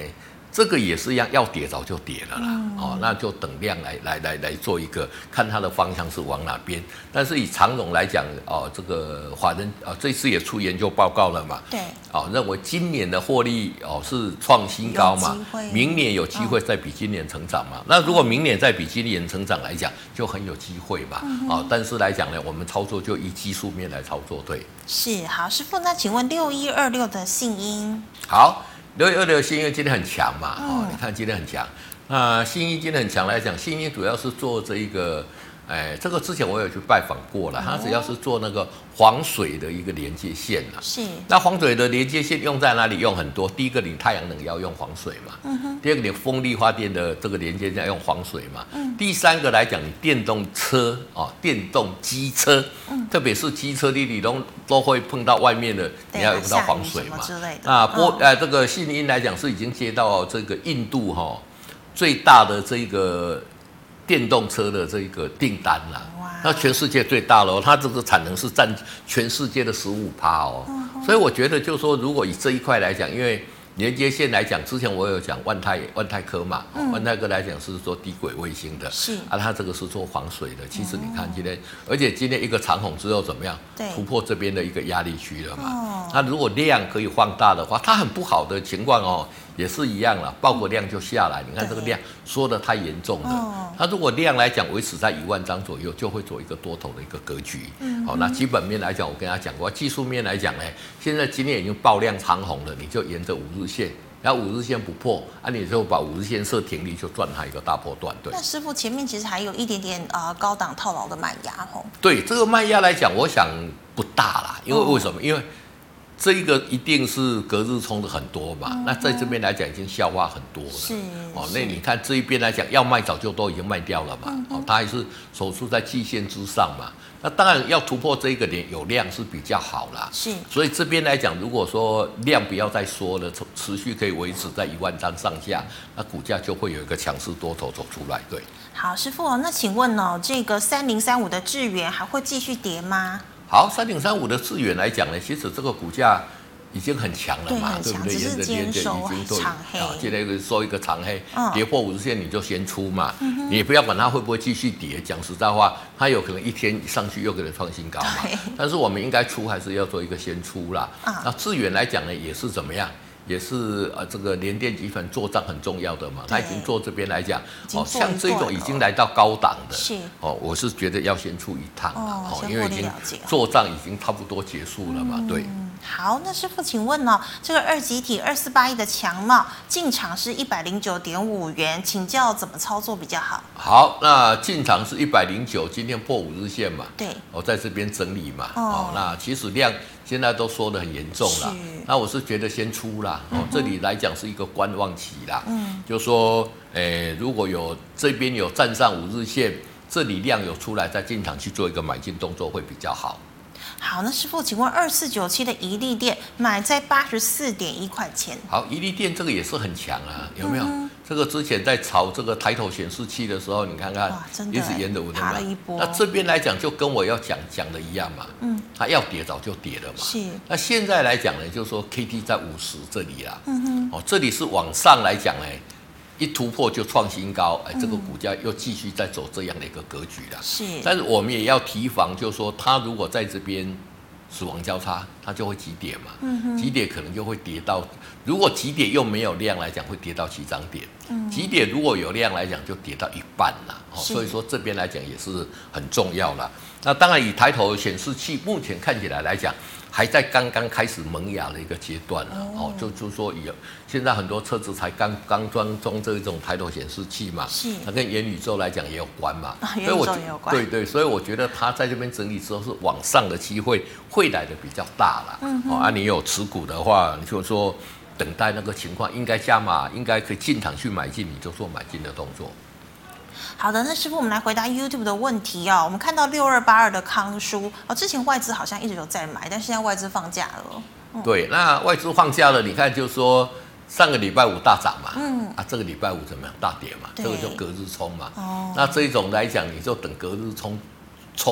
这个也是一样，要跌早就跌了啦， 嗯、 哦，那就等量来来来来做一个看它的方向是往哪边。但是以长荣来讲，哦，这个法人啊、哦、这次也出研究报告了嘛， 对， 哦，认为今年的获利哦是创新高嘛，明年有机会再比今年成长嘛。嗯、那如果明年再比今年成长来讲，就很有机会嘛，嗯、哦，但是来讲呢，我们操作就以技术面来操作，对。 是，好，师傅，那请问六一二六的信音， 好。六一二六信音今天很强嘛， 嗯、 哦，你看今天很强。那信音今天很强来讲，信音主要是做这一个，哎，这个之前我有去拜访过了，它主要是做那个黄水的一个连接线啦。 是。 那黄水的连接线用在哪里？用很多。第一个，你太阳能要用黄水嘛。嗯哼。第二个，你风力发电的这个连接线要用黄水嘛。嗯。第三个来讲，你电动车哦，电动机车，嗯、特别是机车的你都都会碰到外面的，你要用到黄水嘛。 之类的。 啊，波呃，这个信音来讲是已经接到这个印度哈、哦、最大的这个电动车的这个订单啦。那全世界最大了、哦，它这个产能是占全世界的十五趴哦。嗯、所以我觉得就是说，如果以这一块来讲，因为连接线来讲，之前我有讲万泰万泰科嘛，嗯、万泰科来讲是做低轨卫星的， 是啊，它这个是做防水的。其实你看今天，哦、而且今天一个长红之后怎么样？突破这边的一个压力区了嘛。哦、那如果量可以放大的话，它很不好的情况哦，也是一样了，报个量就下来。嗯、你看这个量缩得太严重了。哦、它如果量来讲维持在一万张左右，就会做一个多头的一个格局。嗯、好，那基本面来讲，我跟他讲过，技术面来讲呢，现在今天已经爆量长红了，你就沿着五日线，然后五日线不破，啊，你就把五日线设停利，就赚它一个大波段。对。 那师傅前面其实还有一点点呃高档套牢的卖压吼。 对，这个卖压来讲，我想不大啦，因为为什么？哦、因为这一个一定是隔日冲的很多嘛，嗯、那在这边来讲已经消化很多了。 是哦，那你看这一边来讲，要卖早就都已经卖掉了嘛。嗯、哦，它还是守住在季线之上嘛。那当然要突破这一个点，有量是比较好啦。 是， 所以这边来讲，如果说量不要再缩了，持续可以维持在一万张上下，那股价就会有一个强势多头走出来。对。 好，师傅，那请问哦，这个三零三五的智原还会继续跌吗？ 好，三零三五的智原来讲呢，其实这个股价已经很强了嘛， 对, 对不对？ 只是今天收长黑， 啊，今天收一个长黑，嗯、跌破五日线你就先出嘛，嗯、你也不要管它会不会继续跌。讲实在话，它有可能一天上去又可能创新高嘛，但是我们应该出还是要做一个先出啦。嗯、那智原来讲呢，也是怎么样？也是呃，这个联电集团做账很重要的嘛，他已经做这边来讲，哦，像这种已经来到高档的， 是哦，我是觉得要先出一趟哦， 哦，因为已经做账已经差不多结束了嘛，嗯、对。 好，那师傅，请问呢、哦，这个二极体二四八一的强茂进场是一百零九点五元，请教怎么操作比较好？ 好，那进场是一百零九，今天破五日线嘛， 对， 我、哦、在这边整理嘛，哦, 哦，那其实量现在都说得很严重了，那我是觉得先出啦，哦，嗯、这里来讲是一个观望期啦，嗯，就说，诶，如果有这边有站上五日线，这里量有出来，再进场去做一个买进动作会比较好。 好，那师傅，请问二四九七的怡利电买在八十四点一块钱。 好，怡利电这个也是很强啊，有没有？嗯、这个之前在炒这个抬头显示器的时候，你看看，一直沿着我的爬了一波。 那这边来讲，就跟我要讲讲的一样嘛，嗯，它要跌早就跌了嘛。 是。 那现在来讲呢，就是说 K D 在五十这里啦，嗯哼，哦，这里是往上来讲呢。一突破就创新高，哎，这个股价又继续在走这样的一个格局了。 是， 但是我们也要提防，就是说它如果在这边死亡交叉，它就会急跌嘛。嗯、急跌可能就会跌到，如果急跌又没有量来讲，会跌到起涨点。嗯、急跌如果有量来讲，就跌到一半啦。哦，所以说这边来讲也是很重要啦。那当然以抬头显示器目前看起来来讲。还在刚刚开始萌芽的一个阶段了，哦，就就说以现在很多车子才刚刚装装这种抬头显示器嘛， 是， 它跟元宇宙来讲也有关嘛， 啊、元宇宙也有关， 对对，所以我觉得它在这边整理之后是往上的机会会来的比较大啦，嗯，哦，啊，你有持股的话，你就说等待那个情况应该加码，应该可以进场去买进，你就做买进的动作。 好的，那师傅，我们来回答 YouTube 的问题哦。我们看到六二八二的康舒哦，之前外资好像一直有在买，但是现在外资放假了。 嗯、对，那外资放假了，你看就是说上个礼拜五大涨嘛，嗯啊，这个礼拜五怎么样？大跌嘛，这个就隔日冲嘛。哦，那这一种来讲，你就等隔日冲冲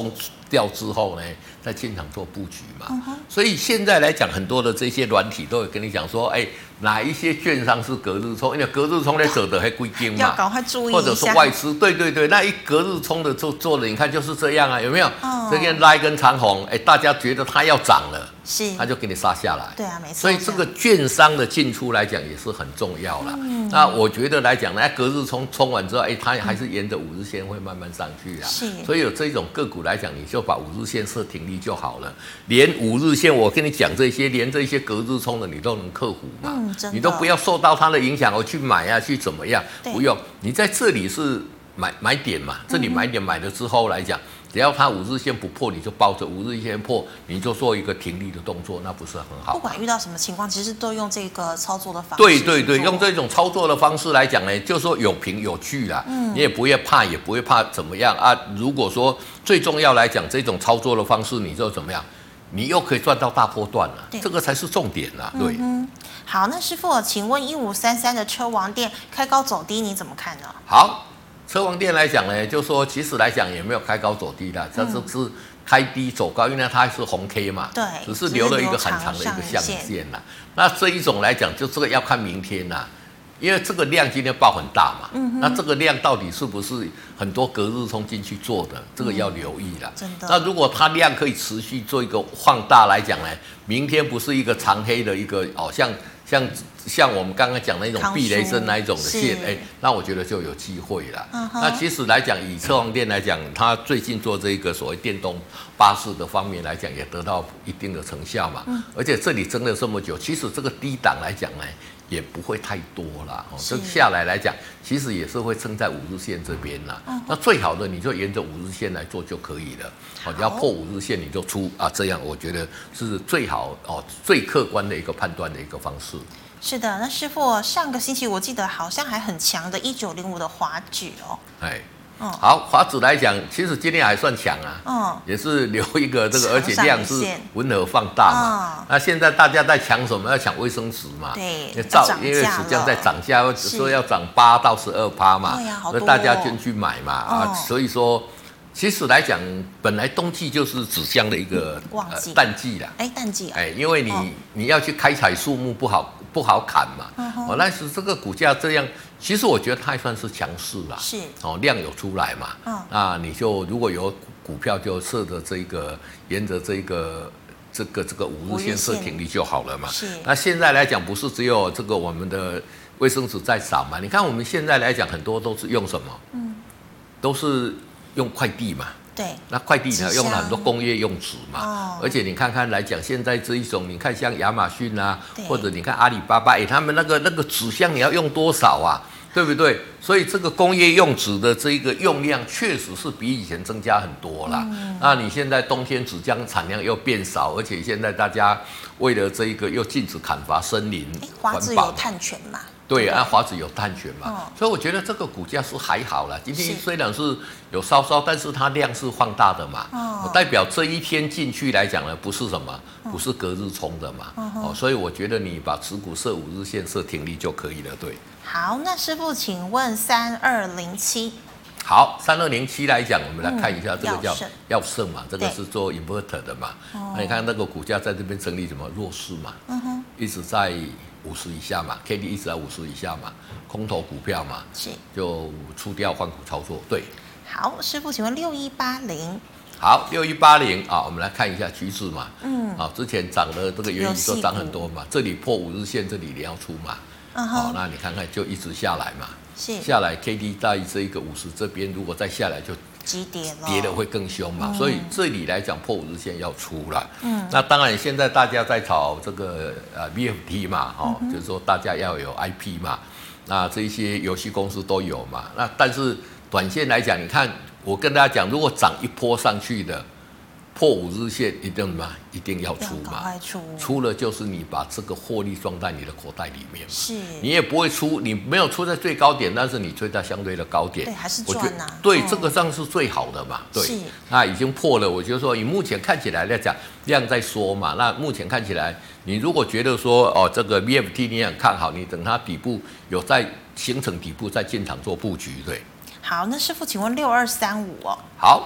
掉之后呢，再进场做布局嘛。 嗯、 所以现在来讲，很多的这些软体都有跟你讲说，哎，哪一些券商是隔日冲，因为隔日冲在走的还归金嘛， 要赶快注意一下。 或者是外资，对对对，那一隔日冲的做做的，你看就是这样啊，有没有？哦、这边拉一根长红，哎，大家觉得它要涨了。 是， 他就给你杀下来， 对啊，没错。 所以这个券商的进出来讲也是很重要啦。嗯、那我觉得来讲呢，隔日冲冲完之后，哎，它还是沿着五日线会慢慢上去啊。 是， 所以有这种个股来讲，你就把五日线设停利就好了。连五日线，我跟你讲这些，连这些隔日冲的你都能克服嘛？ 嗯，真的。 你都不要受到它的影响，我去买啊，去怎么样？不用，你在这里是买买点嘛，这里买点买了之后来讲。只要它五日线不破，你就抱着五日线破，你就做一个停利的动作，那不是很好？ 不管遇到什么情况，其实都用这个操作的方式。 对对对，用这种操作的方式来讲呢，就是说有凭有据啦，嗯、你也不会怕，也不会怕怎么样啊。如果说最重要来讲，这种操作的方式，你就怎么样？你又可以赚到大波段了，这个才是重点啦。对。 嗯、好，那师傅，请问一五三三的车王店开高走低，你怎么看呢？ 好。车王店来讲呢，就说其实来讲也没有开高走低的，它是是开低走高，因为它是红 K 嘛， 对， 只是留了一个很长的一个象限啦。那这一种来讲，就这个要看明天啦，因为这个量今天爆很大嘛，嗯、那这个量到底是不是很多隔日冲进去做的，这个要留意啦。 真的。 那如果它量可以持续做一个放大来讲呢，明天不是一个长黑的一个哦，像像。像我们刚刚讲的那种避雷针那一种的线，哎，那我觉得就有机会了。嗯、那其实来讲，以车王店来讲，它最近做这个所谓电动巴士的方面来讲，也得到一定的成效嘛。嗯、而且这里争了这么久，其实这个低档来讲呢，也不会太多啦。哦，这下来来讲，其实也是会撑在五日线这边啦。嗯、那最好的你就沿着五日线来做就可以了。哦，你要破五日线你就出啊，这样我觉得是最好哦，最客观的一个判断的一个方式。 是的，那师傅上个星期我记得好像还很强的一九零五的华指哦， 哎，嗯，好，华指来讲，其实今天还算强啊，嗯，也是留一个这个，而且量是温和放大嘛。嗯、那现在大家在抢什么？要抢卫生纸嘛， 对， 因为纸浆在涨价，说要涨八到十二趴嘛， 对呀、啊，好多、哦， 大家进去买嘛，嗯、啊，所以说。其实来讲，本来冬季就是纸浆的一个呃淡季啦。 哎，淡季啊。 哎，因为你、哦、你要去开采树木不好不好砍嘛。嗯、哦，但是这个股价这样，其实我觉得它还算是强势啦。 是。 哦，量有出来嘛。嗯。那你就如果有股票就设着这个，沿着这个这个这个五日线设停利就好了嘛。 是。 那现在来讲，不是只有这个我们的卫生纸在涨嘛？你看我们现在来讲，很多都是用什么？嗯。都是。用快递嘛， 对， 那快递呢用了很多工业用纸嘛， 哦、 而且你看看来讲，现在这一种，你看像亚马逊啊，或者你看阿里巴巴，哎，他们那个那个纸箱你要用多少啊，对不对？所以这个工业用纸的这一个用量确实是比以前增加很多啦。嗯、那你现在冬天纸浆产量又变少，而且现在大家为了这一个又禁止砍伐森林， 华指有碳权嘛？ 对啊，华指有碳权嘛，哦、所以我觉得这个股价是还好啦。今天虽然是有稍稍，但是它量是放大的嘛，哦、代表这一天进去来讲呢，不是什么，不是隔日冲的嘛，哦哦、所以我觉得你把持股设五日线设停利就可以了，对。 好，那师傅，请问三二零七。 好，三二零七来讲，我们来看一下，这个叫耀盛嘛，这个是做 inverter 的嘛。哦、那你看那个股价在这边整理什么弱势嘛，嗯、哼一直在五十以下嘛 ，K D 一直在五十以下嘛，空头股票嘛， 是就出掉换股操作。对， 好，师傅，请问六一八零。 好，六一八零啊，我们来看一下趋势嘛。嗯，啊，之前涨的这个元宇宙涨很多嘛，这里破五日线，这里你要出嘛。嗯好、哦，那你看看就一直下来嘛。是下来 K D 在这一个五十这边，如果再下来就急跌了， 跌的会更凶嘛。嗯、所以这里来讲破五日线要出了。嗯，那当然现在大家在炒这个呃 V F T 嘛，哦，嗯、就是说大家要有 I P 嘛，那这些游戏公司都有嘛。那但是短线来讲，你看我跟大家讲，如果涨一波上去的。破五日线一定嘛，一定要出嘛， 出出了就是你把这个获利装在你的口袋里面嘛， 是， 你也不会出，你没有出在最高点，但是你追在相对的高点， 对，还是赚啊， 对， 哦、 这个上是最好的嘛，对， 是， 那已经破了，我就说以目前看起来来讲，量在缩嘛，那目前看起来，你如果觉得说哦这个 V F T 你很看好，你等它底部有在形成底部再进场做布局，对。 好，那师傅，请问六二三五哦， 好。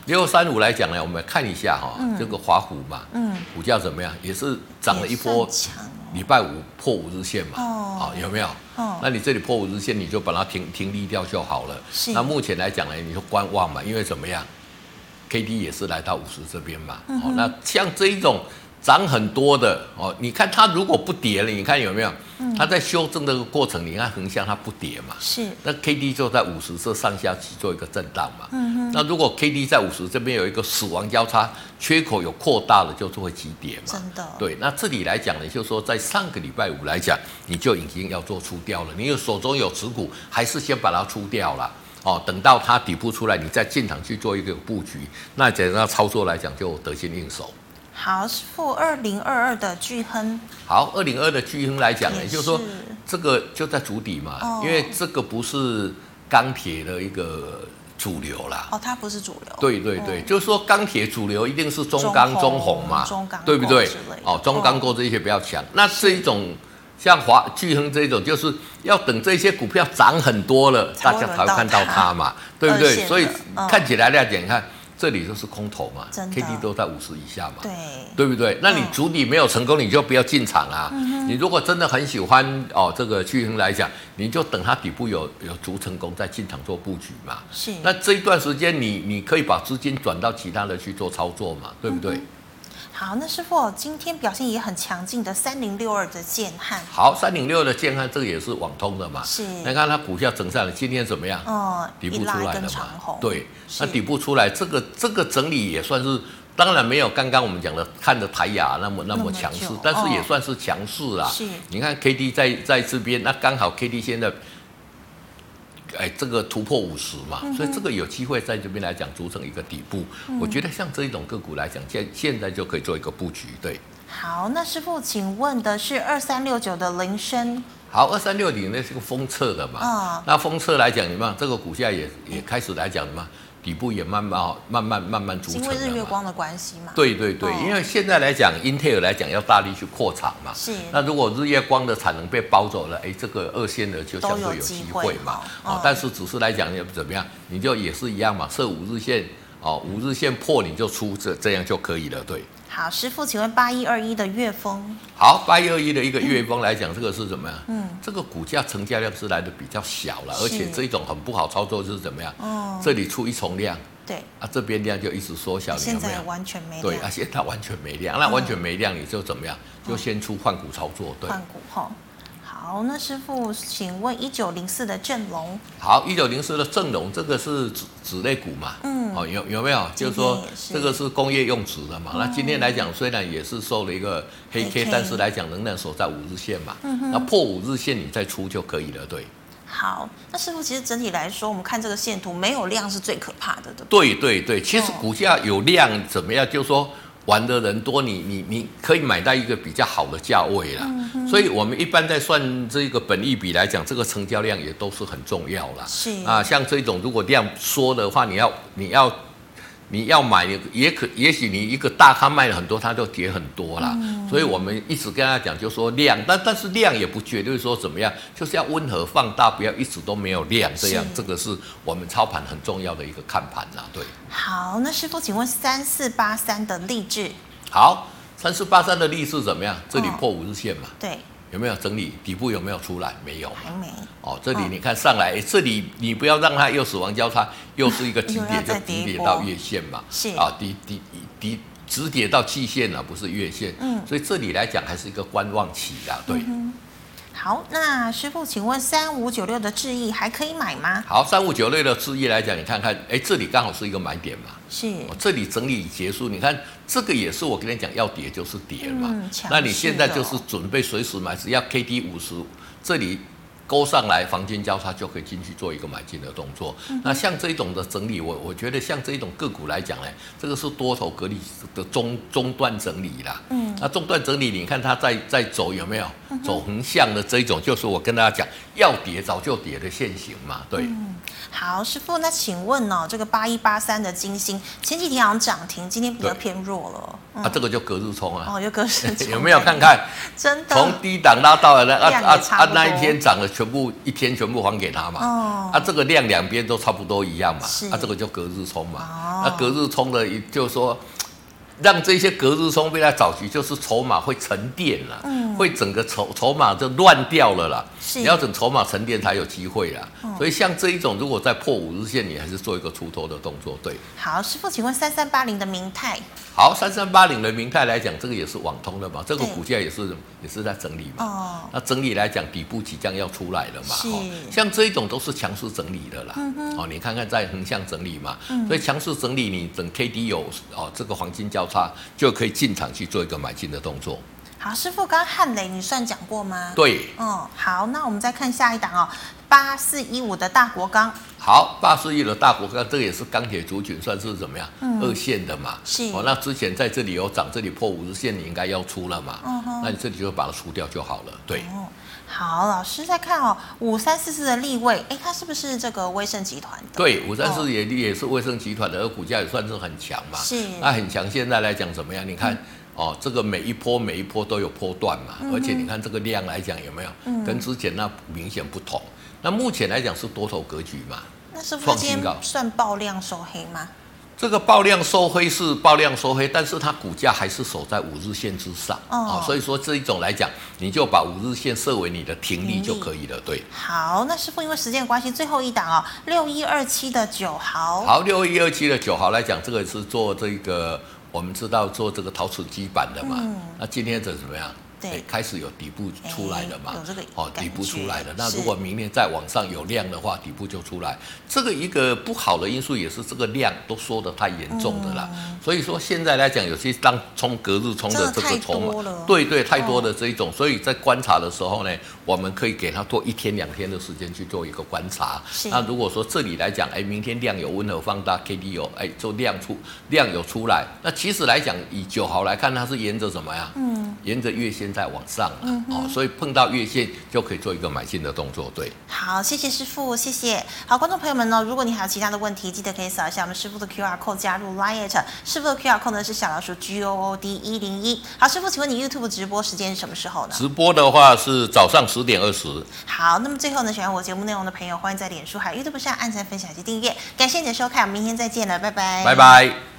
六三五来讲呢，我们看一下哈、哦嗯，这个华孚嘛，嗯，股价怎么样？也是涨了一波，礼拜五破五日线嘛，哦，有没有？哦，那你这里破五日线，你就把它停停利掉就好了。那目前来讲呢，你就观望嘛，因为怎么样 ？K D 也是来到五十这边嘛，嗯、哦，那像这一种。涨很多的哦，你看它如果不跌了，你看有没有？嗯、它在修正这个过程，你看横向它不跌嘛， 是。 那 K D 就在五十这上下起做一个震荡嘛。嗯、那如果 K D 在五十这边有一个死亡交叉，缺口有扩大了，就是会急跌嘛。 真的。 对，那这里来讲呢，就是说在上个礼拜五来讲，你就已经要做出掉了，你有手中有持股，还是先把它出掉了。哦，等到它底部出来，你再进场去做一个布局，那整个操作来讲就得心应手。 好，师傅，二零二二的钜亨。 好，二零二的钜亨来讲呢，也就是说这个就在主底嘛，哦、因为这个不是钢铁的一个主流啦。 哦，它不是主流。 对对对，哦、就是说钢铁主流一定是中钢、中红嘛， 中钢对不对？哦，中钢构这一些比较强。哦、那这一种像华钜亨这一种，就是要等这些股票涨很多了，大家才会看到它嘛，对不对？所以看起来来讲，你看。这里就是空头嘛 ，K D 都在五十以下嘛， 对， 对不对？那你主底没有成功，你就不要进场啊。嗯、你如果真的很喜欢哦，这个钜亨来讲，你就等它底部有有足成功再进场做布局嘛。 是。 那这一段时间你你可以把资金转到其他的去做操作嘛，对不对？嗯好，那师傅今天表现也很强劲的三零六二的建汉。 好，三零六二的建汉这个也是网通的嘛。 是。 你看它股价整上来，今天怎么样？ 哦， 底部出来了嘛。对， 那底部出来，这个这个整理也算是，当然没有刚刚我们讲的看的台亚那么那么强势，但是也算是强势啦。 是。 你看 K D 在在这边，那刚好 K D 现在。哎，这个突破五十嘛，嗯、所以这个有机会在这边来讲组成一个底部。嗯、我觉得像这一种个股来讲，现现在就可以做一个布局。对， 好，那师傅，请问的是二三六九的菱生。 好，二三六零那是个封测的嘛，哦、那封测来讲，你看这个股价也也开始来讲什么？底部也慢慢慢慢慢慢组成了嘛， 因为日月光的关系嘛。 对对对，哦、因为现在来讲，英特尔来讲要大力去扩厂嘛。 是。 那如果日月光的产能被包走了，哎，这个二线的就相对有机会嘛。哦。哦但是只是来讲也怎么样，你就也是一样嘛，设五日线哦，五日线破你就出，这这样就可以了，对。 好，师傅，请问八一二一的月峰。 好，八一二一的一个月峰来讲，嗯、这个是怎么样？嗯，这个股价成交量是来的比较小了，而且这一种很不好操作，就是怎么样？哦，这里出一重量。 对啊，这边量就一直缩小， 现在完全没量。 对啊，现在完全没量，那完全没量，你就怎么样？就先出换股操作，对。 换股哈。好，那师傅，请问一九零四的正隆。 好，一九零四的正隆，这个是纸纸类股嘛？嗯。哦，有有没有？就是说这个是工业用纸的嘛？那今天来讲，虽然也是收了一个黑 K， 但是来讲仍然守在五日线嘛。嗯那破五日线你再出就可以了，对。 好，那师傅，其实整体来说，我们看这个线图，没有量是最可怕的，对不对？对对对，其实股价有量怎么样？就是说玩的人多，你你你可以买到一个比较好的价位啦。嗯、所以我们一般在算这个本益比来讲，这个成交量也都是很重要啦。 是啊，像这种如果量缩的话，你要你要。你要买也可，也许你一个大咖卖了很多，它就跌很多啦。嗯、所以我们一直跟他讲，就说量，但但是量也不绝对说怎么样，就是要温和放大，不要一直都没有量，这样这个是我们操盘很重要的一个看盘啦。对。 好，那师傅，请问三四八三的励志。 好，三四八三的励志怎么样？这里破五日线嘛。 哦、对。 有没有整理？底部有没有出来？没有， 还没。 哦，这里你看上来，哦、这里你不要让它又死亡交叉，又是一个急跌，就急跌到月线嘛。 是啊，低低低直跌到季线了，不是月线。嗯，所以这里来讲还是一个观望期啦，对。嗯好，那师傅，请问三五九六的智毅还可以买吗？ 好，三五九六的智毅来讲，你看看，哎，这里刚好是一个买点嘛。 是、 哦，这里整理结束，你看这个也是我跟你讲，要跌就是跌嘛。嗯、那你现在就是准备随时买，只要 K D 五十，这里勾上来，黄金交叉就可以进去做一个买进的动作。嗯、那像这种的整理，我我觉得像这种个股来讲呢，这个是多头格力的中中段整理啦。嗯，那中段整理，你看它在在走有没有？走横向的这一种，就是我跟大家讲，要跌早就跌的现行嘛。对。嗯好，师傅，那请问哦，这个八一八三的金星前几天好像涨停，今天比较偏弱了。 嗯、啊，这个就隔日冲啊。 哦，就隔日冲。 有没有看看？ 真的。 从低档拉到了那啊啊啊那一天涨了，全部一天全部还给他嘛。哦。啊，这个量两边都差不多一样嘛。是。啊，这个就隔日冲嘛。哦。 那隔日冲的，就是说。让这些隔日冲被它早期就是筹码会沉淀了，嗯，会整个筹筹码就乱掉了啦。你要等筹码沉淀才有机会啦。嗯、所以像这一种，如果再破五日线，你还是做一个出脱的动作，对。 好，师傅，请问三三八零的明泰。 好，三三八零的明泰来讲，这个也是网通的嘛，这个股价也是也是在整理嘛。哦。那整理来讲，底部即将要出来了嘛。是。哦、像这一种都是强势整理的啦。嗯哼。哦，你看看在横向整理嘛，嗯、所以强势整理，你等 K D 有哦这个黄金交叉，就可以进场去做一个买进的动作。 好，师傅，刚刚汉磊你算讲过吗？ 对。 嗯，好，那我们再看下一档哦，八四一五的大国钢。 好，八四一的大国钢，这个也是钢铁族群，算是怎么样？嗯、二线的嘛。是。哦，那之前在这里有涨，这里破五日线，你应该要出了嘛。嗯哼。那你这里就把它出掉就好了。对。哦、 好，老师再看哦，五三四四的立位，哎，它是不是这个威盛集团的？ 对，五三四四也也是威盛集团的，而股价也算是很强嘛。是。那很强，现在来讲怎么样？你看。嗯哦，这个每一波每一波都有波段嘛，嗯、而且你看这个量来讲有没有，嗯、跟之前那明显不同。那目前来讲是多头格局嘛， 那是不是今天算爆量收黑吗？ 这个爆量收黑是爆量收黑，但是它股价还是守在五日线之上啊、哦哦，所以说这一种来讲，你就把五日线设为你的停利就可以了。对， 好，那师傅因为时间的关系，最后一档哦，六一二七的九豪。 好，六一二七的九豪来讲，这个是做这个。我们知道做这个陶瓷基板的嘛，嗯、那今天这怎么样？对，开始有底部出来了嘛， 有这个哦，底部出来了。那如果明年再往上有量的话，底部就出来。这个一个不好的因素也是这个量都缩得太严重的啦。嗯、所以说现在来讲，有些当冲隔日冲的这个筹码，对对，太多的这一种。哦、所以在观察的时候呢，我们可以给它多一天两天的时间去做一个观察。那如果说这里来讲，哎，明天量有温和放大 ，K D 有哎，做量出量有出来，那其实来讲以九毫来看，它是沿着什么呀？嗯，沿着月线在往上了、嗯、哦，所以碰到月线就可以做一个买进的动作。对， 好，谢谢师傅，谢谢。好，观众朋友们呢，如果你还有其他的问题，记得可以扫一下我们师傅的 Q R code 加入 Line， 师傅的 Q R code 呢是小老鼠 G O O D 一零一。好，师傅，请问你 YouTube 直播时间是什么时候呢？ 直播的话是早上十点二十。 好，那么最后呢，喜欢我节目内容的朋友，欢迎在脸书还有 YouTube 上按赞、分享及订阅。感谢你的收看，我们明天再见了，拜拜， 拜拜。